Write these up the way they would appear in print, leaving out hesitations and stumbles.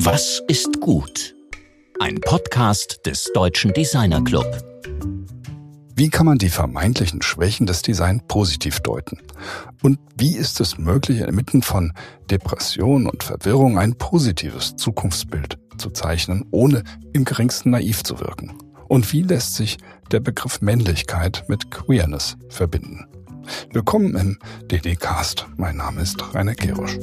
Was ist gut? Ein Podcast des Deutschen Designer Club. Wie kann man die vermeintlichen Schwächen des Designs positiv deuten? Und wie ist es möglich, inmitten von Depression und Verwirrung ein positives Zukunftsbild zu zeichnen, ohne im geringsten naiv zu wirken? Und wie lässt sich der Begriff Männlichkeit mit Queerness verbinden? Willkommen im DD-Cast. Mein Name ist Rainer Gerosch.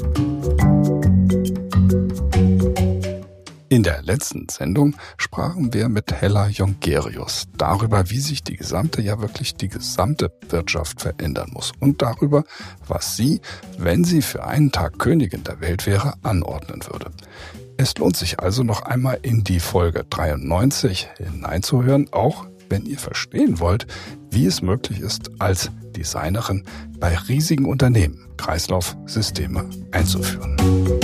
In der letzten Sendung sprachen wir mit Hella Jongerius darüber, wie sich die gesamte Wirtschaft verändern muss und darüber, was sie, wenn sie für einen Tag Königin der Welt wäre, anordnen würde. Es lohnt sich also noch einmal in die Folge 93 hineinzuhören, auch wenn ihr verstehen wollt, wie es möglich ist, als Designerin bei riesigen Unternehmen Kreislaufsysteme einzuführen.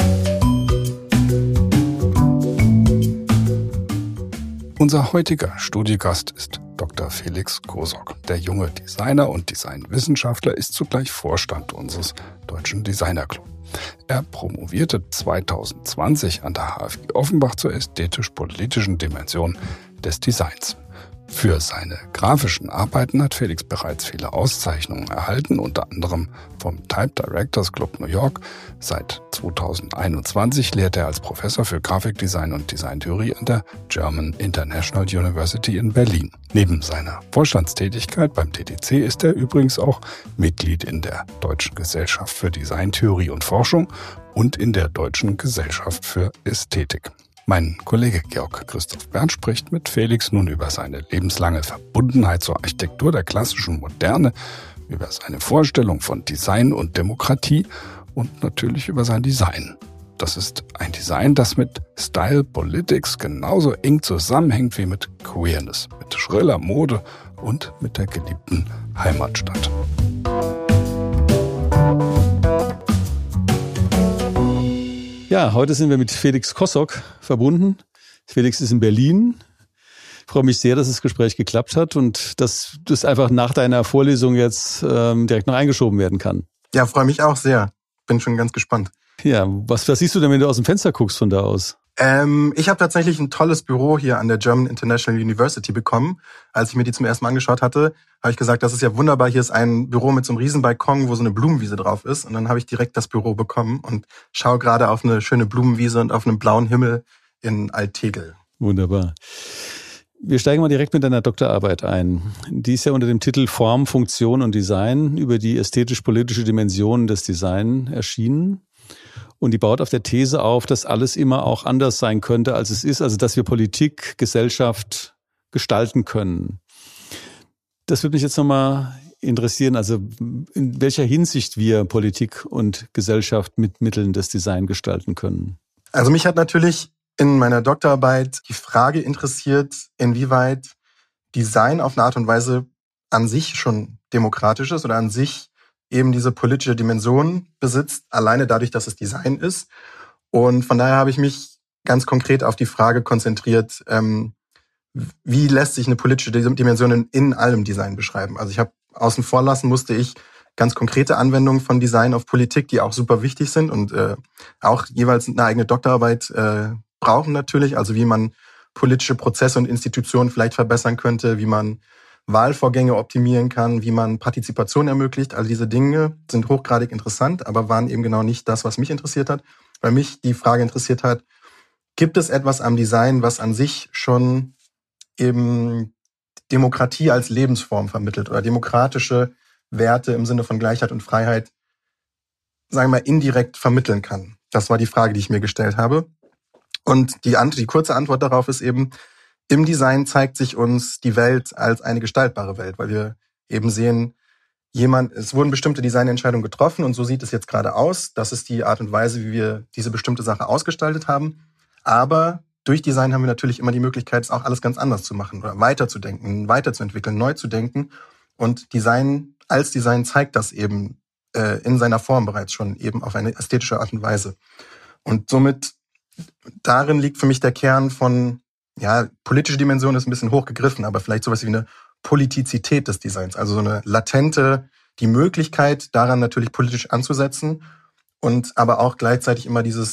Unser heutiger Studiogast ist Dr. Felix Kosok. Der junge Designer und Designwissenschaftler ist zugleich Vorstand unseres Deutschen Designer Club. Er promovierte 2020 an der HFG Offenbach zur ästhetisch-politischen Dimension des Designs. Für seine grafischen Arbeiten hat Felix bereits viele Auszeichnungen erhalten, unter anderem vom Type Directors Club New York. Seit 2021 lehrt er als Professor für Grafikdesign und Designtheorie an der German International University in Berlin. Neben seiner Vorstandstätigkeit beim TDC ist er übrigens auch Mitglied in der Deutschen Gesellschaft für Designtheorie und Forschung und in der Deutschen Gesellschaft für Ästhetik. Mein Kollege Georg Christoph Berndt spricht mit Felix nun über seine lebenslange Verbundenheit zur Architektur der klassischen Moderne, über seine Vorstellung von Design und Demokratie und natürlich über sein Design. Das ist ein Design, das mit Style Politics genauso eng zusammenhängt wie mit Queerness, mit schriller Mode und mit der geliebten Heimatstadt. Ja, heute sind wir mit Felix Kosok verbunden. Felix ist in Berlin. Ich freue mich sehr, dass das Gespräch geklappt hat und dass das einfach nach deiner Vorlesung jetzt direkt noch eingeschoben werden kann. Ja, freue mich auch sehr. Bin schon ganz gespannt. Ja, was siehst du denn, wenn du aus dem Fenster guckst von da aus? Ich habe tatsächlich ein tolles Büro hier an der German International University bekommen. Als ich mir die zum ersten Mal angeschaut hatte, habe ich gesagt, das ist ja wunderbar. Hier ist ein Büro mit so einem riesen Balkon, wo so eine Blumenwiese drauf ist. Und dann habe ich direkt das Büro bekommen und schaue gerade auf eine schöne Blumenwiese und auf einen blauen Himmel in Alt-Tegel. Wunderbar. Wir steigen mal direkt mit deiner Doktorarbeit ein. Die ist ja unter dem Titel Form, Funktion und Design über die ästhetisch-politische Dimension des Design erschienen. Und die baut auf der These auf, dass alles immer auch anders sein könnte, als es ist. Also dass wir Politik, Gesellschaft gestalten können. Das würde mich jetzt nochmal interessieren, also in welcher Hinsicht wir Politik und Gesellschaft mit Mitteln des Design gestalten können. Also mich hat natürlich in meiner Doktorarbeit die Frage interessiert, inwieweit Design auf eine Art und Weise an sich schon demokratisch ist oder an sich eben diese politische Dimension besitzt, alleine dadurch, dass es Design ist. Und von daher habe ich mich ganz konkret auf die Frage konzentriert, wie lässt sich eine politische Dimension in allem Design beschreiben? Also ich habe außen vor lassen, musste ich ganz konkrete Anwendungen von Design auf Politik, die auch super wichtig sind und auch jeweils eine eigene Doktorarbeit brauchen natürlich. Also wie man politische Prozesse und Institutionen vielleicht verbessern könnte, wie man Wahlvorgänge optimieren kann, wie man Partizipation ermöglicht. Also diese Dinge sind hochgradig interessant, aber waren eben genau nicht das, was mich interessiert hat. Weil mich die Frage interessiert hat, gibt es etwas am Design, was an sich schon eben Demokratie als Lebensform vermittelt oder demokratische Werte im Sinne von Gleichheit und Freiheit, sagen wir mal, indirekt vermitteln kann? Das war die Frage, die ich mir gestellt habe. Und die kurze Antwort darauf ist eben, im Design zeigt sich uns die Welt als eine gestaltbare Welt, weil wir eben sehen, es wurden bestimmte Designentscheidungen getroffen und so sieht es jetzt gerade aus. Das ist die Art und Weise, wie wir diese bestimmte Sache ausgestaltet haben. Aber durch Design haben wir natürlich immer die Möglichkeit, es auch alles ganz anders zu machen oder weiterzudenken, weiterzuentwickeln, neu zu denken. Und Design zeigt das eben in seiner Form bereits schon eben auf eine ästhetische Art und Weise. Und somit darin liegt für mich der Kern von, ja, politische Dimension ist ein bisschen hochgegriffen, aber vielleicht sowas wie eine Politizität des Designs, also so eine die Möglichkeit, daran natürlich politisch anzusetzen und aber auch gleichzeitig immer dieses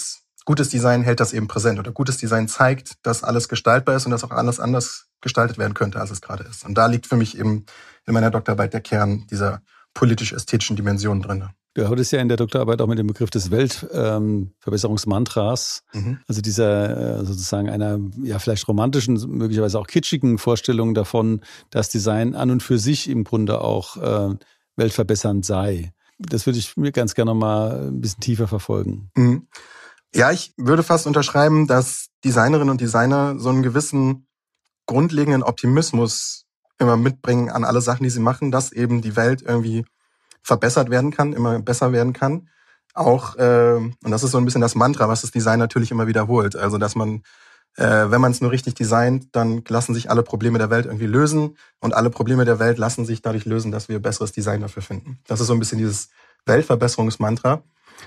gutes Design hält das eben präsent oder gutes Design zeigt, dass alles gestaltbar ist und dass auch alles anders gestaltet werden könnte, als es gerade ist. Und da liegt für mich eben in meiner Doktorarbeit der Kern dieser politisch-ästhetischen Dimension drin. Du hattest ja in der Doktorarbeit auch mit dem Begriff des Weltverbesserungsmantras, also dieser sozusagen einer ja vielleicht romantischen, möglicherweise auch kitschigen Vorstellung davon, dass Design an und für sich im Grunde auch weltverbessernd sei. Das würde ich mir ganz gerne mal ein bisschen tiefer verfolgen. Mhm. Ja, ich würde fast unterschreiben, dass Designerinnen und Designer so einen gewissen grundlegenden Optimismus immer mitbringen an alle Sachen, die sie machen, dass eben die Welt irgendwie verbessert werden kann, immer besser werden kann. Auch, und das ist so ein bisschen das Mantra, was das Design natürlich immer wiederholt. Also, dass man, wenn man es nur richtig designt, dann lassen sich alle Probleme der Welt irgendwie lösen. Und alle Probleme der Welt lassen sich dadurch lösen, dass wir besseres Design dafür finden. Das ist so ein bisschen dieses Weltverbesserungsmantra.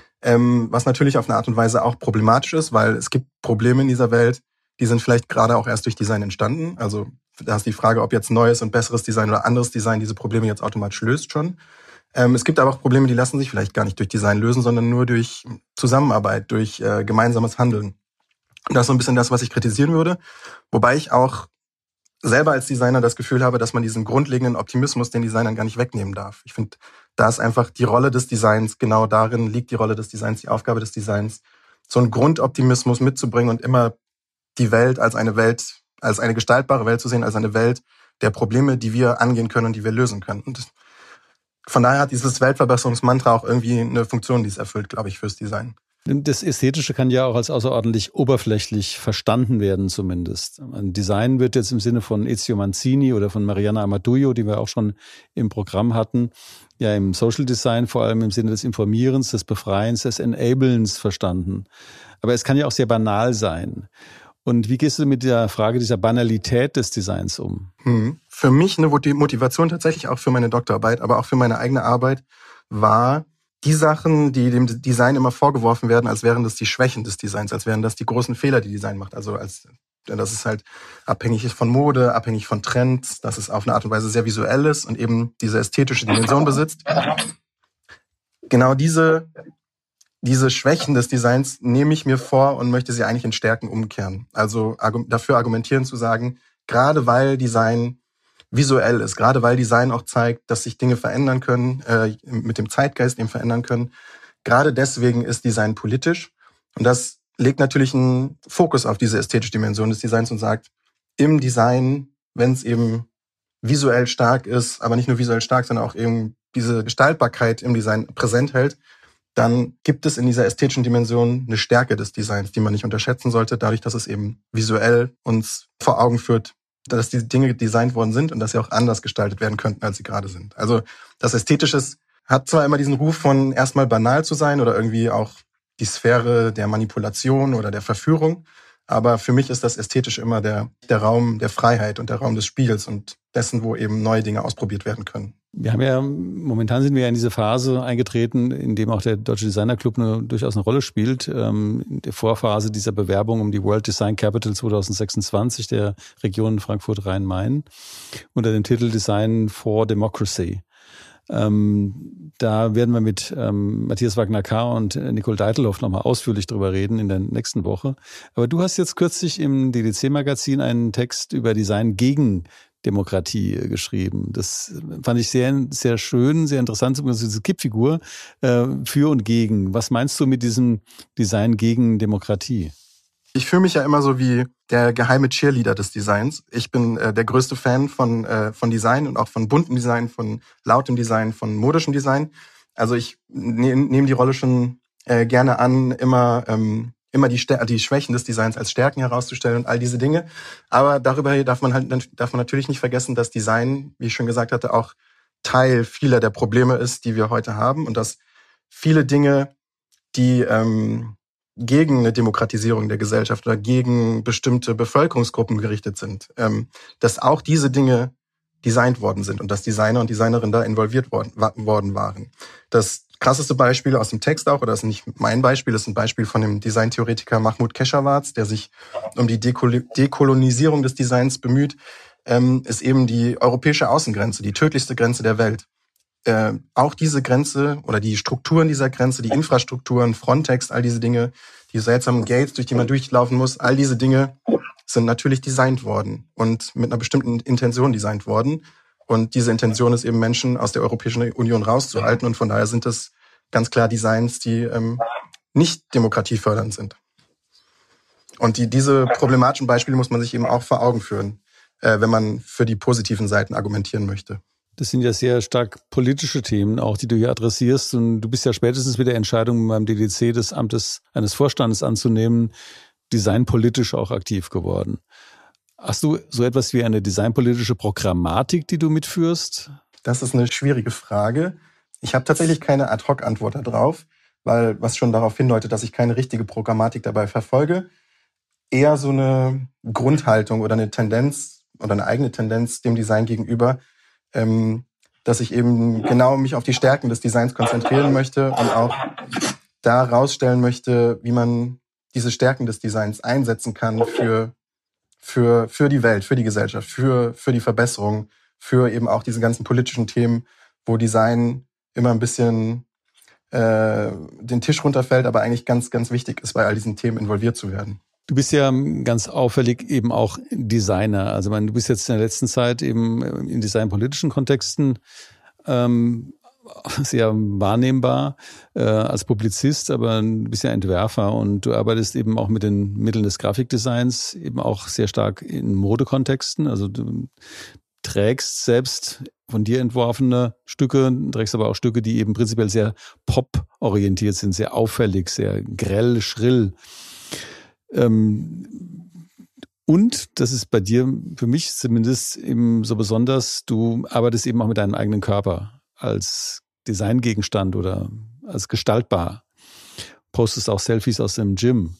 Was natürlich auf eine Art und Weise auch problematisch ist, weil es gibt Probleme in dieser Welt, die sind vielleicht gerade auch erst durch Design entstanden. Also da ist die Frage, ob jetzt neues und besseres Design oder anderes Design diese Probleme jetzt automatisch löst schon. Es gibt aber auch Probleme, die lassen sich vielleicht gar nicht durch Design lösen, sondern nur durch Zusammenarbeit, durch gemeinsames Handeln. Und das ist so ein bisschen das, was ich kritisieren würde. Wobei ich auch selber als Designer das Gefühl habe, dass man diesen grundlegenden Optimismus den Designern gar nicht wegnehmen darf. Ich finde, da ist einfach die Rolle des Designs, genau darin liegt die Rolle des Designs, die Aufgabe des Designs, so einen Grundoptimismus mitzubringen und immer die Welt, als eine gestaltbare Welt zu sehen, als eine Welt der Probleme, die wir angehen können und die wir lösen können. Und von daher hat dieses Weltverbesserungsmantra auch irgendwie eine Funktion, die es erfüllt, glaube ich, fürs Design. Das Ästhetische kann ja auch als außerordentlich oberflächlich verstanden werden zumindest. Ein Design wird jetzt im Sinne von Ezio Manzini oder von Mariana Amadoujo, die wir auch schon im Programm hatten, ja im Social Design vor allem im Sinne des Informierens, des Befreiens, des Enablens verstanden. Aber es kann ja auch sehr banal sein. Und wie gehst du mit der Frage dieser Banalität des Designs um? Für mich eine Motivation tatsächlich auch für meine Doktorarbeit, aber auch für meine eigene Arbeit war, die Sachen, die dem Design immer vorgeworfen werden, als wären das die Schwächen des Designs, als wären das die großen Fehler, die Design macht. Also dass es halt abhängig ist von Mode, abhängig von Trends, dass es auf eine Art und Weise sehr visuell ist und eben diese ästhetische Dimension besitzt. Genau diese Schwächen des Designs nehme ich mir vor und möchte sie eigentlich in Stärken umkehren. Also dafür argumentieren zu sagen, gerade weil Design visuell ist, gerade weil Design auch zeigt, dass sich Dinge verändern können, mit dem Zeitgeist eben verändern können. Gerade deswegen ist Design politisch. Und das legt natürlich einen Fokus auf diese ästhetische Dimension des Designs und sagt, im Design, wenn es eben visuell stark ist, aber nicht nur visuell stark, sondern auch eben diese Gestaltbarkeit im Design präsent hält, dann gibt es in dieser ästhetischen Dimension eine Stärke des Designs, die man nicht unterschätzen sollte, dadurch, dass es eben visuell uns vor Augen führt, dass die Dinge designt worden sind und dass sie auch anders gestaltet werden könnten, als sie gerade sind. Also das Ästhetische hat zwar immer diesen Ruf von erstmal banal zu sein oder irgendwie auch die Sphäre der Manipulation oder der Verführung, aber für mich ist das Ästhetische immer der Raum der Freiheit und der Raum des Spiels und dessen, wo eben neue Dinge ausprobiert werden können. Momentan sind wir ja in diese Phase eingetreten, in dem auch der Deutsche Designer Club durchaus eine Rolle spielt. In der Vorphase dieser Bewerbung um die World Design Capital 2026 der Region Frankfurt-Rhein-Main unter dem Titel Design for Democracy. Da werden wir mit Matthias Wagner-Kahr und Nicole Deitelhoff nochmal ausführlich drüber reden in der nächsten Woche. Aber du hast jetzt kürzlich im DDC-Magazin einen Text über Design gegen Demokratie geschrieben. Das fand ich sehr, sehr schön, sehr interessant, diese Kippfigur für und gegen. Was meinst du mit diesem Design gegen Demokratie? Ich fühle mich ja immer so wie der geheime Cheerleader des Designs. Ich bin der größte Fan von Design und auch von buntem Design, von lautem Design, von modischem Design. Also ich nehme die Rolle schon gerne an, immer die Schwächen des Designs als Stärken herauszustellen und all diese Dinge. Aber darüber darf man natürlich nicht vergessen, dass Design, wie ich schon gesagt hatte, auch Teil vieler der Probleme ist, die wir heute haben und dass viele Dinge, die gegen eine Demokratisierung der Gesellschaft oder gegen bestimmte Bevölkerungsgruppen gerichtet sind, dass auch diese Dinge designt worden sind und dass Designer und Designerinnen da involviert worden waren. Das krasseste Beispiel aus dem Text auch, oder das ist nicht mein Beispiel, das ist ein Beispiel von dem Designtheoretiker Mahmoud Keshavarz, der sich um die Dekolonisierung des Designs bemüht, ist eben die europäische Außengrenze, die tödlichste Grenze der Welt. auch diese Grenze oder die Strukturen dieser Grenze, die Infrastrukturen, Frontex, all diese Dinge, die seltsamen Gates, durch die man durchlaufen muss, all diese Dinge sind natürlich designt worden und mit einer bestimmten Intention designt worden. Und diese Intention ist eben, Menschen aus der Europäischen Union rauszuhalten. Und von daher sind das ganz klar Designs, die nicht demokratiefördernd sind. Und diese problematischen Beispiele muss man sich eben auch vor Augen führen, wenn man für die positiven Seiten argumentieren möchte. Das sind ja sehr stark politische Themen, auch die du hier adressierst. Und du bist ja spätestens mit der Entscheidung beim DDC des Amtes eines Vorstandes anzunehmen, designpolitisch auch aktiv geworden. Hast du so etwas wie eine designpolitische Programmatik, die du mitführst? Das ist eine schwierige Frage. Ich habe tatsächlich keine Ad-hoc-Antwort darauf, weil was schon darauf hindeutet, dass ich keine richtige Programmatik dabei verfolge. Eher so eine Grundhaltung oder eine Tendenz oder eine eigene Tendenz dem Design gegenüber, dass ich eben genau mich auf die Stärken des Designs konzentrieren möchte und auch da rausstellen möchte, wie man diese Stärken des Designs einsetzen kann für die Welt, für die Gesellschaft, für die Verbesserung, für eben auch diese ganzen politischen Themen, wo Design immer ein bisschen den Tisch runterfällt, aber eigentlich ganz, ganz wichtig ist, bei all diesen Themen involviert zu werden. Du bist ja ganz auffällig eben auch Designer. Also du bist jetzt in der letzten Zeit eben in designpolitischen Kontexten sehr wahrnehmbar als Publizist, aber du bist ja Entwerfer und du arbeitest eben auch mit den Mitteln des Grafikdesigns eben auch sehr stark in Modekontexten. Also du trägst selbst von dir entworfene Stücke, trägst aber auch Stücke, die eben prinzipiell sehr pop-orientiert sind, sehr auffällig, sehr grell, schrill. Und das ist bei dir, für mich zumindest eben so besonders, du arbeitest eben auch mit deinem eigenen Körper als Designgegenstand oder als gestaltbar. Postest auch Selfies aus dem Gym.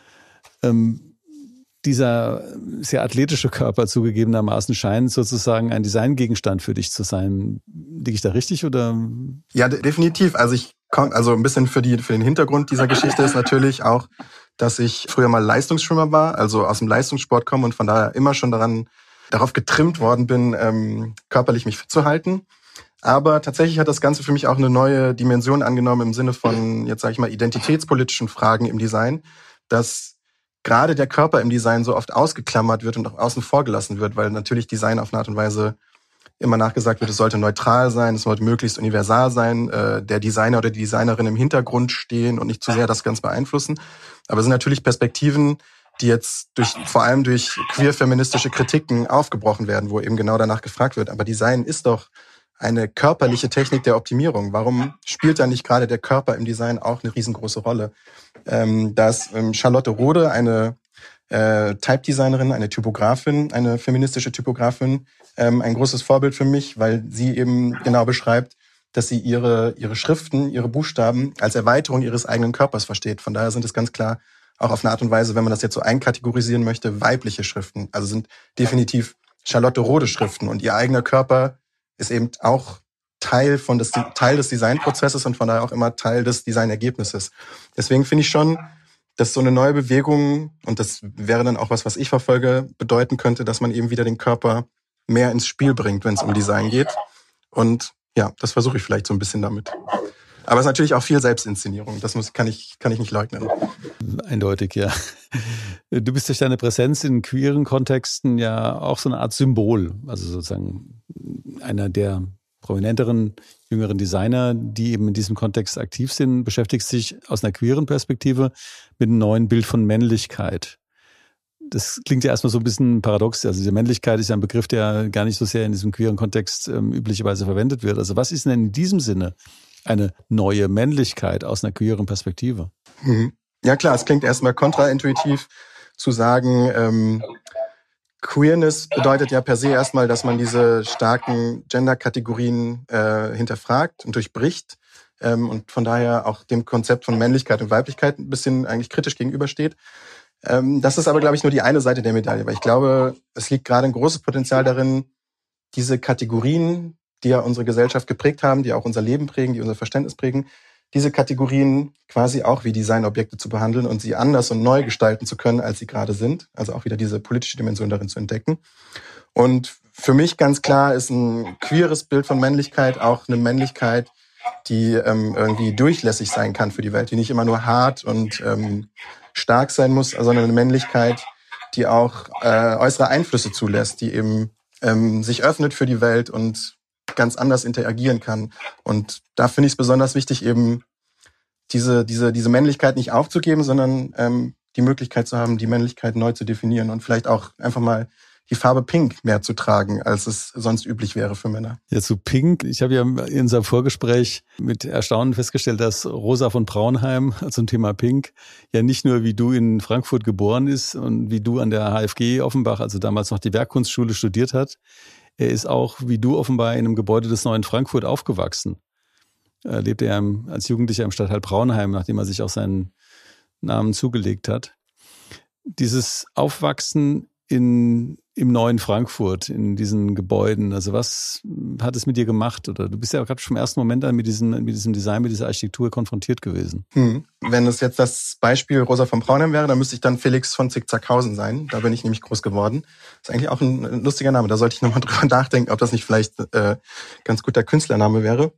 Dieser sehr athletische Körper zugegebenermaßen scheint sozusagen ein Designgegenstand für dich zu sein. Liege ich da richtig oder? Ja, definitiv. Also ein bisschen für den Hintergrund dieser Geschichte ist natürlich auch, dass ich früher mal Leistungsschwimmer war, also aus dem Leistungssport komme und von daher immer schon darauf getrimmt worden bin, körperlich mich fit zu halten. Aber tatsächlich hat das Ganze für mich auch eine neue Dimension angenommen im Sinne von, jetzt sage ich mal, identitätspolitischen Fragen im Design, dass gerade der Körper im Design so oft ausgeklammert wird und auch außen vor gelassen wird, weil natürlich Design auf eine Art und Weise immer nachgesagt wird, es sollte neutral sein, es sollte möglichst universal sein, der Designer oder die Designerin im Hintergrund stehen und nicht zu sehr das Ganze beeinflussen. Aber es sind natürlich Perspektiven, die jetzt vor allem durch queer-feministische Kritiken aufgebrochen werden, wo eben genau danach gefragt wird. Aber Design ist doch eine körperliche Technik der Optimierung. Warum spielt da nicht gerade der Körper im Design auch eine riesengroße Rolle? Da ist Charlotte Rode, eine Type-Designerin, eine Typografin, eine feministische Typografin, ein großes Vorbild für mich, weil sie eben genau beschreibt, dass sie ihre Schriften, ihre Buchstaben als Erweiterung ihres eigenen Körpers versteht. Von daher sind es ganz klar auch auf eine Art und Weise, wenn man das jetzt so einkategorisieren möchte, weibliche Schriften. Also sind definitiv Charlotte Rode Schriften und ihr eigener Körper ist eben auch Teil des Designprozesses und von daher auch immer Teil des Designergebnisses. Deswegen finde ich schon, dass so eine neue Bewegung, und das wäre dann auch was ich verfolge, bedeuten könnte, dass man eben wieder den Körper mehr ins Spiel bringt, wenn es um Design geht. Und ja, das versuche ich vielleicht so ein bisschen damit. Aber es ist natürlich auch viel Selbstinszenierung. Das kann ich nicht leugnen. Eindeutig, ja. Du bist durch deine Präsenz in queeren Kontexten ja auch so eine Art Symbol. Also sozusagen einer der prominenteren, jüngeren Designer, die eben in diesem Kontext aktiv sind, beschäftigst sich aus einer queeren Perspektive mit einem neuen Bild von Männlichkeit. Das klingt ja erstmal so ein bisschen paradox. Also diese Männlichkeit ist ja ein Begriff, der gar nicht so sehr in diesem queeren Kontext üblicherweise verwendet wird. Also was ist denn in diesem Sinne eine neue Männlichkeit aus einer queeren Perspektive? Ja klar, es klingt erstmal kontraintuitiv zu sagen, Queerness bedeutet ja per se erstmal, dass man diese starken Gender-Kategorien hinterfragt und durchbricht und von daher auch dem Konzept von Männlichkeit und Weiblichkeit ein bisschen eigentlich kritisch gegenübersteht. Das ist aber, glaube ich, nur die eine Seite der Medaille, weil ich glaube, es liegt gerade ein großes Potenzial darin, diese Kategorien, die ja unsere Gesellschaft geprägt haben, die auch unser Leben prägen, die unser Verständnis prägen, diese Kategorien quasi auch wie Designobjekte zu behandeln und sie anders und neu gestalten zu können, als sie gerade sind. Also auch wieder diese politische Dimension darin zu entdecken. Und für mich ganz klar ist ein queeres Bild von Männlichkeit auch eine Männlichkeit, die irgendwie durchlässig sein kann für die Welt, die nicht immer nur hart und stark sein muss, sondern eine Männlichkeit, die auch äußere Einflüsse zulässt, die eben sich öffnet für die Welt und ganz anders interagieren kann. Und da finde ich es besonders wichtig, eben diese Männlichkeit nicht aufzugeben, sondern die Möglichkeit zu haben, die Männlichkeit neu zu definieren und vielleicht auch einfach mal die Farbe Pink mehr zu tragen, als es sonst üblich wäre für Männer. Ja, zu Pink. Ich habe ja in unserem Vorgespräch mit Erstaunen festgestellt, dass Rosa von Braunheim zum Thema Pink ja nicht nur wie du in Frankfurt geboren ist und wie du an der HFG Offenbach, also damals noch die Werkkunstschule, studiert hat. Er ist auch wie du offenbar in einem Gebäude des Neuen Frankfurt aufgewachsen. Er lebte ja als Jugendlicher im Stadtteil Braunheim, nachdem er sich auch seinen Namen zugelegt hat. Dieses Aufwachsen im Neuen Frankfurt, in diesen Gebäuden, also was hat es mit dir gemacht? Oder du bist ja gerade schon im ersten Moment dann mit diesem Design, mit dieser Architektur konfrontiert gewesen. Wenn es jetzt das Beispiel Rosa von Braunheim wäre, dann müsste ich dann Felix von Zickzackhausen sein. Da bin ich nämlich groß geworden. Das ist eigentlich auch ein lustiger Name. Da sollte ich nochmal drüber nachdenken, ob das nicht vielleicht ganz guter Künstlername wäre.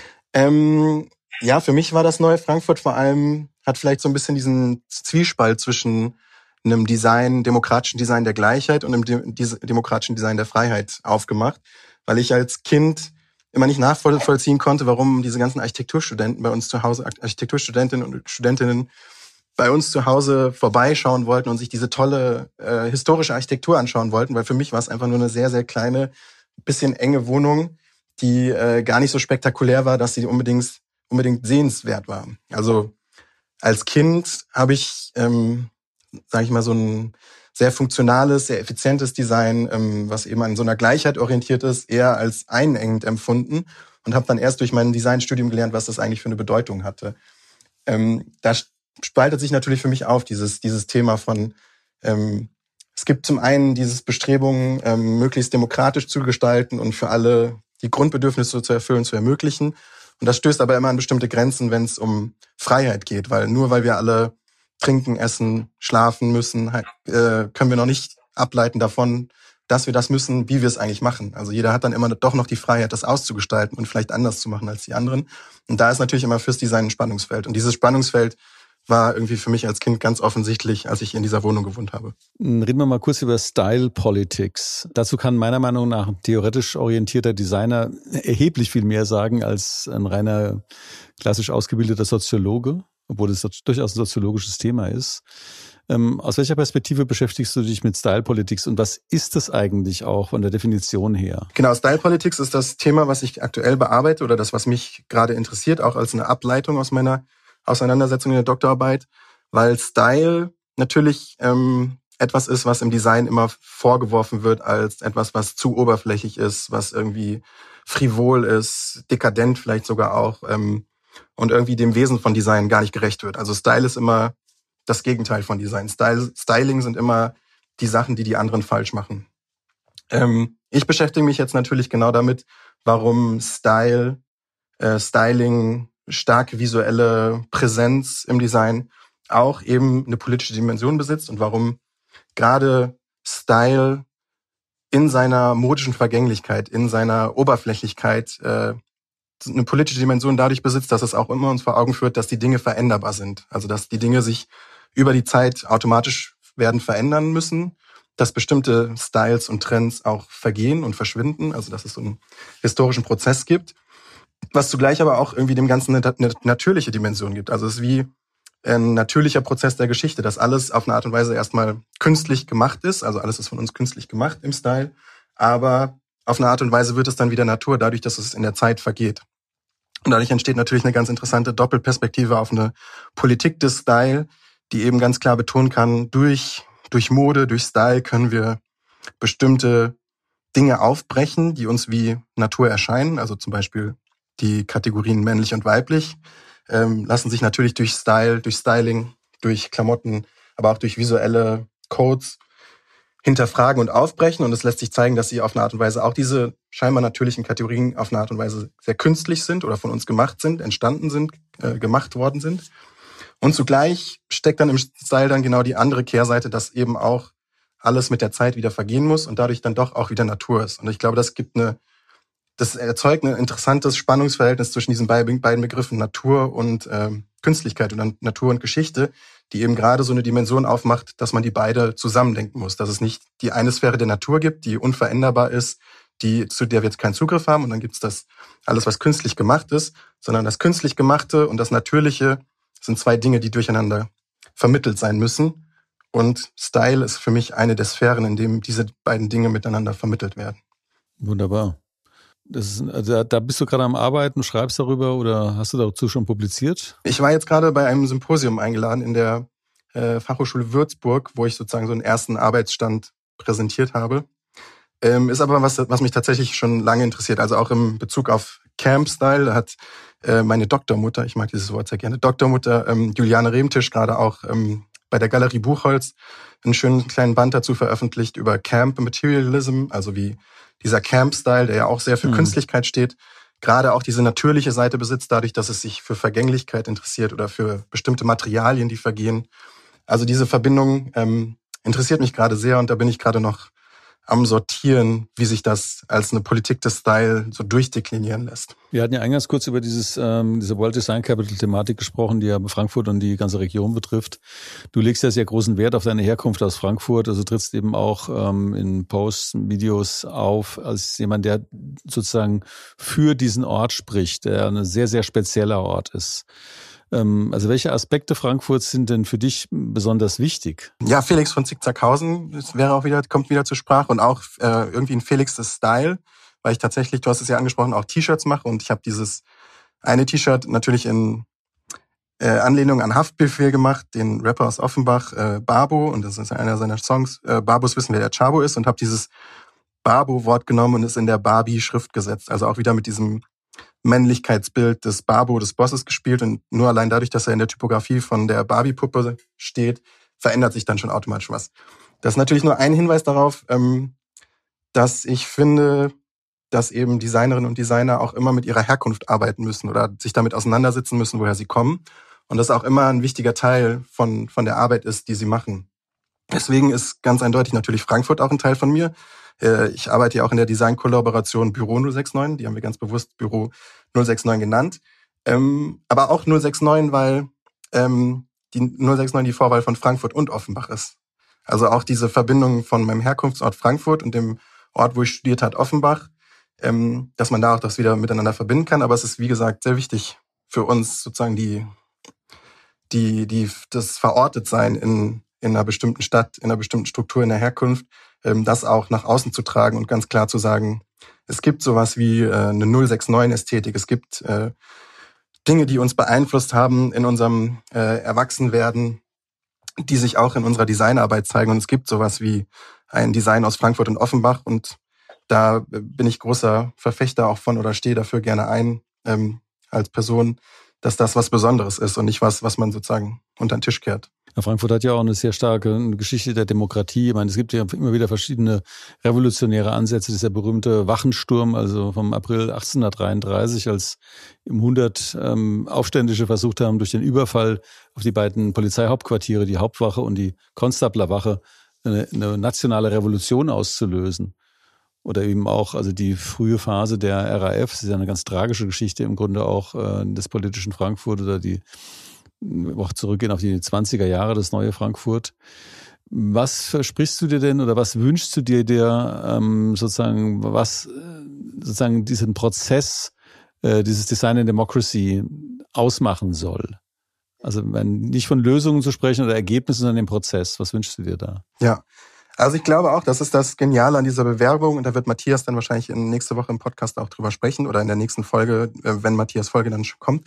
Ja, für mich war das Neue Frankfurt vor allem, hat vielleicht so ein bisschen diesen Zwiespalt zwischen einem demokratischen Design der Gleichheit und einem demokratischen Design der Freiheit aufgemacht, weil ich als Kind immer nicht nachvollziehen konnte, warum diese ganzen Architekturstudenten bei uns zu Hause, Architekturstudentinnen und Studentinnen bei uns zu Hause vorbeischauen wollten und sich diese tolle historische Architektur anschauen wollten, weil für mich war es einfach nur eine sehr, sehr kleine, bisschen enge Wohnung, die gar nicht so spektakulär war, dass sie unbedingt sehenswert war. Also als Kind habe ich sage ich mal, so ein sehr funktionales, sehr effizientes Design, was eben an so einer Gleichheit orientiert ist, eher als einengend empfunden und habe dann erst durch mein Designstudium gelernt, was das eigentlich für eine Bedeutung hatte. Da spaltet sich natürlich für mich auf dieses Thema von, es gibt zum einen dieses Bestrebungen, möglichst demokratisch zu gestalten und für alle die Grundbedürfnisse zu erfüllen, zu ermöglichen. Und das stößt aber immer an bestimmte Grenzen, wenn es um Freiheit geht, weil nur weil wir alle trinken, essen, schlafen müssen, können wir noch nicht ableiten davon, dass wir das müssen, wie wir es eigentlich machen. Also jeder hat dann immer doch noch die Freiheit, das auszugestalten und vielleicht anders zu machen als die anderen. Und da ist natürlich immer fürs Design ein Spannungsfeld. Und dieses Spannungsfeld war irgendwie für mich als Kind ganz offensichtlich, als ich in dieser Wohnung gewohnt habe. Reden wir mal kurz über Style Politics. Dazu kann meiner Meinung nach ein theoretisch orientierter Designer erheblich viel mehr sagen als ein reiner klassisch ausgebildeter Soziologe, obwohl es durchaus ein soziologisches Thema ist. Aus welcher Perspektive beschäftigst du dich mit Style Politics und was ist das eigentlich auch von der Definition her? Genau, Style Politics ist das Thema, was ich aktuell bearbeite oder das, was mich gerade interessiert, auch als eine Ableitung aus meiner Auseinandersetzung in der Doktorarbeit, weil Style natürlich etwas ist, was im Design immer vorgeworfen wird als etwas, was zu oberflächlich ist, was irgendwie frivol ist, dekadent vielleicht sogar auch und irgendwie dem Wesen von Design gar nicht gerecht wird. Also Style ist immer das Gegenteil von Design. Styling sind immer die Sachen, die anderen falsch machen. Ich beschäftige mich jetzt natürlich genau damit, warum Styling, starke visuelle Präsenz im Design auch eben eine politische Dimension besitzt und warum gerade Style in seiner modischen Vergänglichkeit, in seiner Oberflächlichkeit eine politische Dimension dadurch besitzt, dass es auch immer uns vor Augen führt, dass die Dinge veränderbar sind. Also dass die Dinge sich über die Zeit automatisch werden verändern müssen, dass bestimmte Styles und Trends auch vergehen und verschwinden, also dass es so einen historischen Prozess gibt, was zugleich aber auch irgendwie dem Ganzen eine natürliche Dimension gibt. Also es ist wie ein natürlicher Prozess der Geschichte, dass alles auf eine Art und Weise erstmal künstlich gemacht ist, also alles ist von uns künstlich gemacht im Style, aber auf eine Art und Weise wird es dann wieder Natur, dadurch, dass es in der Zeit vergeht. Und dadurch entsteht natürlich eine ganz interessante Doppelperspektive auf eine Politik des Style, die eben ganz klar betonen kann, durch Mode, durch Style können wir bestimmte Dinge aufbrechen, die uns wie Natur erscheinen. Also zum Beispiel die Kategorien männlich und weiblich lassen sich natürlich durch Style, durch Styling, durch Klamotten, aber auch durch visuelle Codes hinterfragen und aufbrechen. Und es lässt sich zeigen, dass sie auf eine Art und Weise auch diese scheinbar natürlichen Kategorien auf eine Art und Weise sehr künstlich sind oder von uns gemacht sind, entstanden sind, gemacht worden sind. Und zugleich steckt dann im Style dann genau die andere Kehrseite, dass eben auch alles mit der Zeit wieder vergehen muss und dadurch dann doch auch wieder Natur ist. Und ich glaube, das erzeugt ein interessantes Spannungsverhältnis zwischen diesen beiden Begriffen Natur und Künstlichkeit oder Natur und Geschichte, die eben gerade so eine Dimension aufmacht, dass man die beide zusammendenken muss. Dass es nicht die eine Sphäre der Natur gibt, die unveränderbar ist, zu der wir jetzt keinen Zugriff haben und dann gibt es das alles, was künstlich gemacht ist, sondern das künstlich Gemachte und das Natürliche sind zwei Dinge, die durcheinander vermittelt sein müssen. Und Style ist für mich eine der Sphären, in dem diese beiden Dinge miteinander vermittelt werden. Wunderbar. Da bist du gerade am Arbeiten, schreibst darüber oder hast du dazu schon publiziert? Ich war jetzt gerade bei einem Symposium eingeladen in der Fachhochschule Würzburg, wo ich sozusagen so einen ersten Arbeitsstand präsentiert habe. Ist aber was mich tatsächlich schon lange interessiert. Also auch im Bezug auf Camp-Style hat meine Doktormutter, ich mag dieses Wort sehr gerne, Doktormutter Juliane Remtisch gerade auch bei der Galerie Buchholz einen schönen kleinen Band dazu veröffentlicht über Camp Materialism, also wie dieser Camp-Style, der ja auch sehr für Künstlichkeit steht, gerade auch diese natürliche Seite besitzt, dadurch, dass es sich für Vergänglichkeit interessiert oder für bestimmte Materialien, die vergehen. Also diese Verbindung interessiert mich gerade sehr und da bin ich gerade noch am Sortieren, wie sich das als eine Politik des Style so durchdeklinieren lässt. Wir hatten ja eingangs kurz über diese World Design Capital Thematik gesprochen, die ja Frankfurt und die ganze Region betrifft. Du legst ja sehr großen Wert auf deine Herkunft aus Frankfurt, also trittst eben auch in Posts, Videos auf als jemand, der sozusagen für diesen Ort spricht, der ein sehr, sehr spezieller Ort ist. Also welche Aspekte Frankfurts sind denn für dich besonders wichtig? Ja, Felix von Zickzackhausen kommt wieder zur Sprache und auch irgendwie ein Felix des Style, weil ich tatsächlich, du hast es ja angesprochen, auch T-Shirts mache und ich habe dieses eine T-Shirt natürlich in Anlehnung an Haftbefehl gemacht, den Rapper aus Offenbach, Babo, und das ist einer seiner Songs, Babos wissen, wer der Chabo ist, und habe dieses Babo-Wort genommen und es in der Barbie-Schrift gesetzt, also auch wieder mit diesem Männlichkeitsbild des Babo, des Bosses gespielt und nur allein dadurch, dass er in der Typografie von der Barbie-Puppe steht, verändert sich dann schon automatisch was. Das ist natürlich nur ein Hinweis darauf, dass ich finde, dass eben Designerinnen und Designer auch immer mit ihrer Herkunft arbeiten müssen oder sich damit auseinandersetzen müssen, woher sie kommen und das auch immer ein wichtiger Teil von der Arbeit ist, die sie machen. Deswegen ist ganz eindeutig natürlich Frankfurt auch ein Teil von mir. Ich arbeite ja auch in der Design-Kollaboration Büro 069, die haben wir ganz bewusst Büro 069 genannt. Aber auch 069, weil die 069 die Vorwahl von Frankfurt und Offenbach ist. Also auch diese Verbindung von meinem Herkunftsort Frankfurt und dem Ort, wo ich studiert habe, Offenbach, dass man da auch das wieder miteinander verbinden kann. Aber es ist, wie gesagt, sehr wichtig für uns sozusagen das Verortetsein in einer bestimmten Stadt, in einer bestimmten Struktur, in der Herkunft, das auch nach außen zu tragen und ganz klar zu sagen, es gibt sowas wie eine 069-Ästhetik, es gibt Dinge, die uns beeinflusst haben in unserem Erwachsenwerden, die sich auch in unserer Designarbeit zeigen und es gibt sowas wie ein Design aus Frankfurt und Offenbach und da bin ich großer Verfechter auch von oder stehe dafür gerne ein als Person, dass das was Besonderes ist und nicht was man sozusagen unter den Tisch kehrt. Ja, Frankfurt hat ja auch eine sehr starke Geschichte der Demokratie. Ich meine, es gibt ja immer wieder verschiedene revolutionäre Ansätze. Dieser berühmte Wachensturm, also vom April 1833, als 100 Aufständische versucht haben, durch den Überfall auf die beiden Polizeihauptquartiere, die Hauptwache und die Konstablerwache, eine nationale Revolution auszulösen. Oder eben auch, also die frühe Phase der RAF, das ist ja eine ganz tragische Geschichte im Grunde auch des politischen Frankfurt oder die auch zurückgehen auf die 20er Jahre, das neue Frankfurt. Was versprichst du dir denn oder was wünschst du dir, der sozusagen diesen Prozess, dieses Design and Democracy ausmachen soll? Also nicht von Lösungen zu sprechen oder Ergebnissen, sondern den Prozess. Was wünschst du dir da? Ja, also ich glaube auch, das ist das Geniale an dieser Bewerbung und da wird Matthias dann wahrscheinlich nächste Woche im Podcast auch drüber sprechen oder in der nächsten Folge, wenn Matthias Folge dann schon kommt,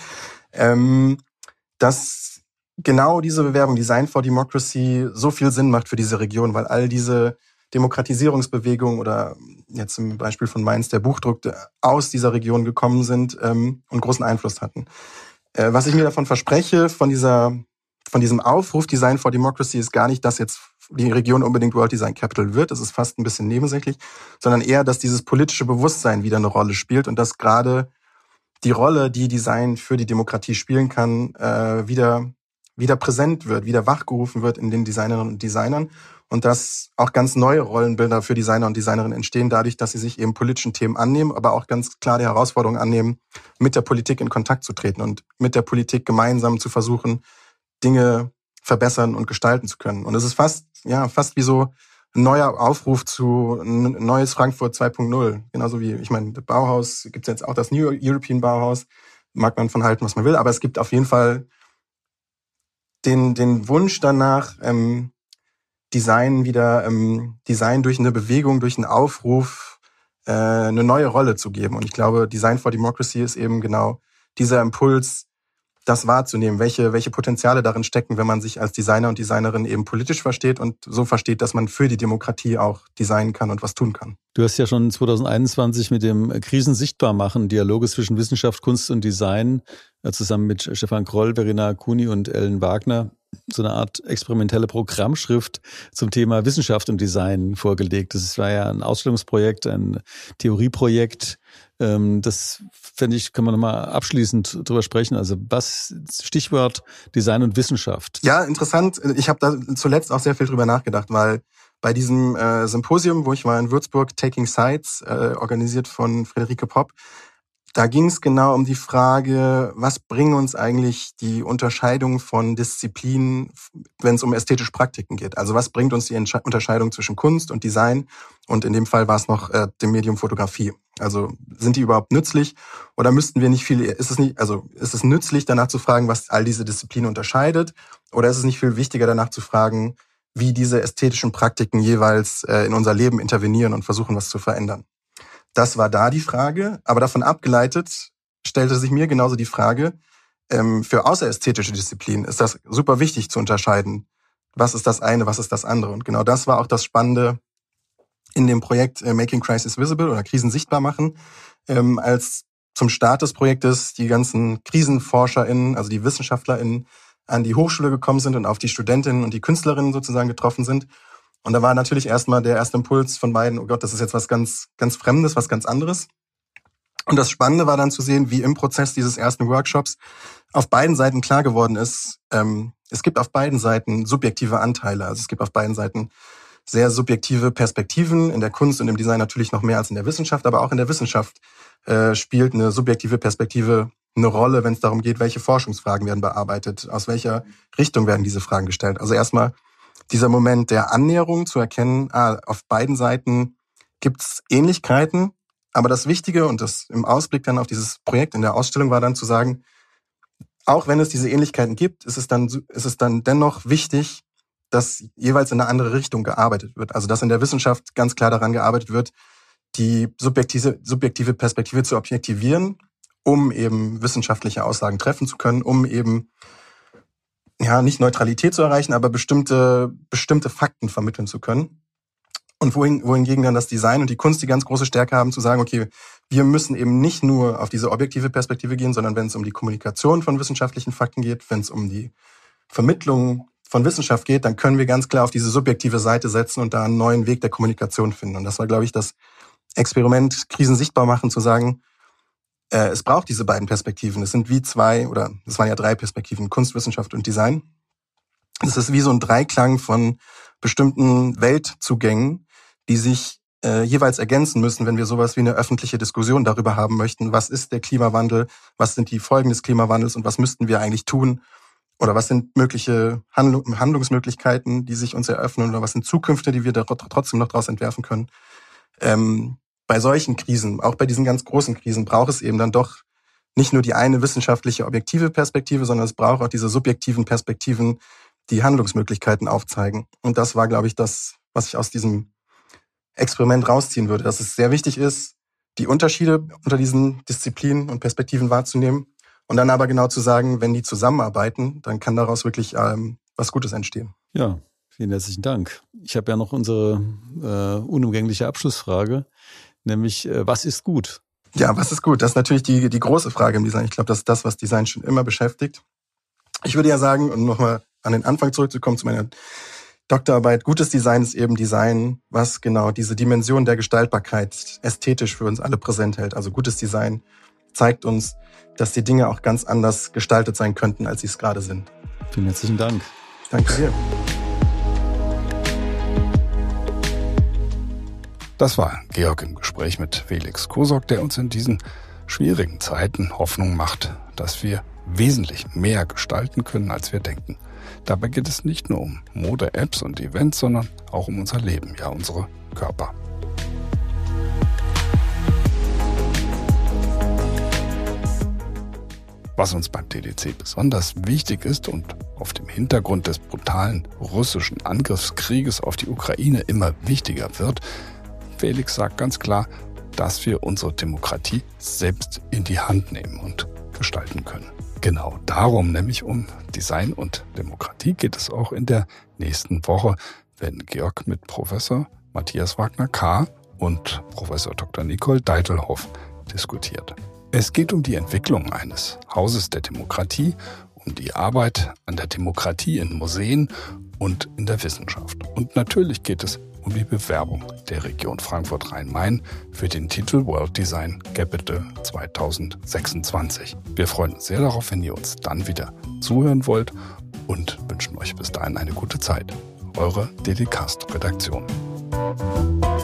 dass genau diese Bewerbung Design for Democracy so viel Sinn macht für diese Region, weil all diese Demokratisierungsbewegungen oder jetzt im Beispiel von Mainz der Buchdruck aus dieser Region gekommen sind und großen Einfluss hatten. Was ich mir davon verspreche, von diesem Aufruf Design for Democracy, ist gar nicht, das jetzt die Region unbedingt World Design Capital wird. Das ist fast ein bisschen nebensächlich, sondern eher, dass dieses politische Bewusstsein wieder eine Rolle spielt und dass gerade die Rolle, die Design für die Demokratie spielen kann, wieder präsent wird, wieder wachgerufen wird in den Designerinnen und Designern und dass auch ganz neue Rollenbilder für Designer und Designerinnen entstehen, dadurch, dass sie sich eben politischen Themen annehmen, aber auch ganz klar die Herausforderung annehmen, mit der Politik in Kontakt zu treten und mit der Politik gemeinsam zu versuchen, Dinge verbessern und gestalten zu können. Und es ist fast wie so ein neuer Aufruf zu ein neues Frankfurt 2.0. Genauso wie, ich meine, das Bauhaus, gibt es jetzt auch das New European Bauhaus, mag man von halten, was man will, aber es gibt auf jeden Fall den Wunsch danach, Design durch eine Bewegung, durch einen Aufruf eine neue Rolle zu geben. Und ich glaube, Design for Democracy ist eben genau dieser Impuls, das wahrzunehmen, welche Potenziale darin stecken, wenn man sich als Designer und Designerin eben politisch versteht und so versteht, dass man für die Demokratie auch designen kann und was tun kann. Du hast ja schon 2021 mit dem Krisensichtbarmachen, Dialoge zwischen Wissenschaft, Kunst und Design, zusammen mit Stefan Kroll, Verena Kuni und Ellen Wagner, so eine Art experimentelle Programmschrift zum Thema Wissenschaft und Design vorgelegt. Das war ja ein Ausstellungsprojekt, ein Theorieprojekt. Das, finde ich, kann man nochmal abschließend drüber sprechen. Also was, Stichwort Design und Wissenschaft. Ja, interessant. Ich habe da zuletzt auch sehr viel drüber nachgedacht, weil bei diesem Symposium, wo ich war in Würzburg, Taking Sides, organisiert von Friederike Popp, da ging es genau um die Frage, was bringen uns eigentlich die Unterscheidung von Disziplinen, wenn es um ästhetische Praktiken geht? Also was bringt uns die Unterscheidung zwischen Kunst und Design? Und in dem Fall war es noch dem Medium Fotografie. Also sind die überhaupt nützlich oder müssten wir nicht viel, ist es nützlich danach zu fragen, was all diese Disziplinen unterscheidet? Oder ist es nicht viel wichtiger danach zu fragen, wie diese ästhetischen Praktiken jeweils in unser Leben intervenieren und versuchen, was zu verändern? Das war da die Frage, aber davon abgeleitet stellte sich mir genauso die Frage, für außerästhetische Disziplinen ist das super wichtig zu unterscheiden. Was ist das eine, was ist das andere? Und genau das war auch das Spannende in dem Projekt Making Crisis Visible oder Krisen sichtbar machen, als zum Start des Projektes die ganzen KrisenforscherInnen, also die WissenschaftlerInnen, an die Hochschule gekommen sind und auf die Studentinnen und die Künstlerinnen sozusagen getroffen sind. Und da war natürlich erstmal der erste Impuls von beiden, oh Gott, das ist jetzt was ganz, ganz Fremdes, was ganz anderes. Und das Spannende war dann zu sehen, wie im Prozess dieses ersten Workshops auf beiden Seiten klar geworden ist, es gibt auf beiden Seiten subjektive Anteile. Also es gibt auf beiden Seiten sehr subjektive Perspektiven, in der Kunst und im Design natürlich noch mehr als in der Wissenschaft, aber auch in der Wissenschaft spielt eine subjektive Perspektive eine Rolle, wenn es darum geht, welche Forschungsfragen werden bearbeitet, aus welcher Richtung werden diese Fragen gestellt. Also erstmal dieser Moment der Annäherung zu erkennen, auf beiden Seiten gibt's Ähnlichkeiten, aber das Wichtige und das im Ausblick dann auf dieses Projekt in der Ausstellung war dann zu sagen, auch wenn es diese Ähnlichkeiten gibt, ist es dann dennoch wichtig, dass jeweils in eine andere Richtung gearbeitet wird. Also dass in der Wissenschaft ganz klar daran gearbeitet wird, die subjektive Perspektive zu objektivieren, um eben wissenschaftliche Aussagen treffen zu können, um eben nicht Neutralität zu erreichen, aber bestimmte Fakten vermitteln zu können. Und wohingegen dann das Design und die Kunst die ganz große Stärke haben, zu sagen, okay, wir müssen eben nicht nur auf diese objektive Perspektive gehen, sondern wenn es um die Kommunikation von wissenschaftlichen Fakten geht, wenn es um die Vermittlung von Wissenschaft geht, dann können wir ganz klar auf diese subjektive Seite setzen und da einen neuen Weg der Kommunikation finden. Und das war, glaube ich, das Experiment, Krisen sichtbar machen, zu sagen, es braucht diese beiden Perspektiven. Es sind wie es waren ja 3 Perspektiven, Kunst, Wissenschaft und Design. Es ist wie so ein Dreiklang von bestimmten Weltzugängen, die sich jeweils ergänzen müssen, wenn wir sowas wie eine öffentliche Diskussion darüber haben möchten, was ist der Klimawandel, was sind die Folgen des Klimawandels und was müssten wir eigentlich tun oder was sind mögliche Handlungsmöglichkeiten, die sich uns eröffnen oder was sind Zukünfte, die wir da trotzdem noch daraus entwerfen können. Bei solchen Krisen, auch bei diesen ganz großen Krisen, braucht es eben dann doch nicht nur die eine wissenschaftliche, objektive Perspektive, sondern es braucht auch diese subjektiven Perspektiven, die Handlungsmöglichkeiten aufzeigen. Und das war, glaube ich, das, was ich aus diesem Experiment rausziehen würde, dass es sehr wichtig ist, die Unterschiede unter diesen Disziplinen und Perspektiven wahrzunehmen und dann aber genau zu sagen, wenn die zusammenarbeiten, dann kann daraus wirklich was Gutes entstehen. Ja, vielen herzlichen Dank. Ich habe ja noch unsere unumgängliche Abschlussfrage, nämlich, was ist gut? Ja, was ist gut? Das ist natürlich die große Frage im Design. Ich glaube, das ist das, was Design schon immer beschäftigt. Ich würde ja sagen, um nochmal an den Anfang zurückzukommen, zu meiner Doktorarbeit Gutes Design ist eben Design, was genau diese Dimension der Gestaltbarkeit ästhetisch für uns alle präsent hält. Also gutes Design zeigt uns, dass die Dinge auch ganz anders gestaltet sein könnten, als sie es gerade sind. Vielen herzlichen Dank. Ich danke dir. Das war Georg im Gespräch mit Felix Kosok, der uns in diesen schwierigen Zeiten Hoffnung macht, dass wir wesentlich mehr gestalten können, als wir denken. Dabei geht es nicht nur um Mode, Apps und Events, sondern auch um unser Leben, ja unsere Körper. Was uns beim TDC besonders wichtig ist und auf dem Hintergrund des brutalen russischen Angriffskrieges auf die Ukraine immer wichtiger wird, Felix sagt ganz klar, dass wir unsere Demokratie selbst in die Hand nehmen und gestalten können. Genau darum, nämlich um Design und Demokratie, geht es auch in der nächsten Woche, wenn Georg mit Professor Matthias Wagner-Kahr und Professor Dr. Nicole Deitelhoff diskutiert. Es geht um die Entwicklung eines Hauses der Demokratie, um die Arbeit an der Demokratie in Museen und in der Wissenschaft. Und natürlich geht es um die Bewerbung der Region Frankfurt-Rhein-Main für den Titel World Design Capital 2026. Wir freuen uns sehr darauf, wenn ihr uns dann wieder zuhören wollt und wünschen euch bis dahin eine gute Zeit. Eure DDcast-Redaktion.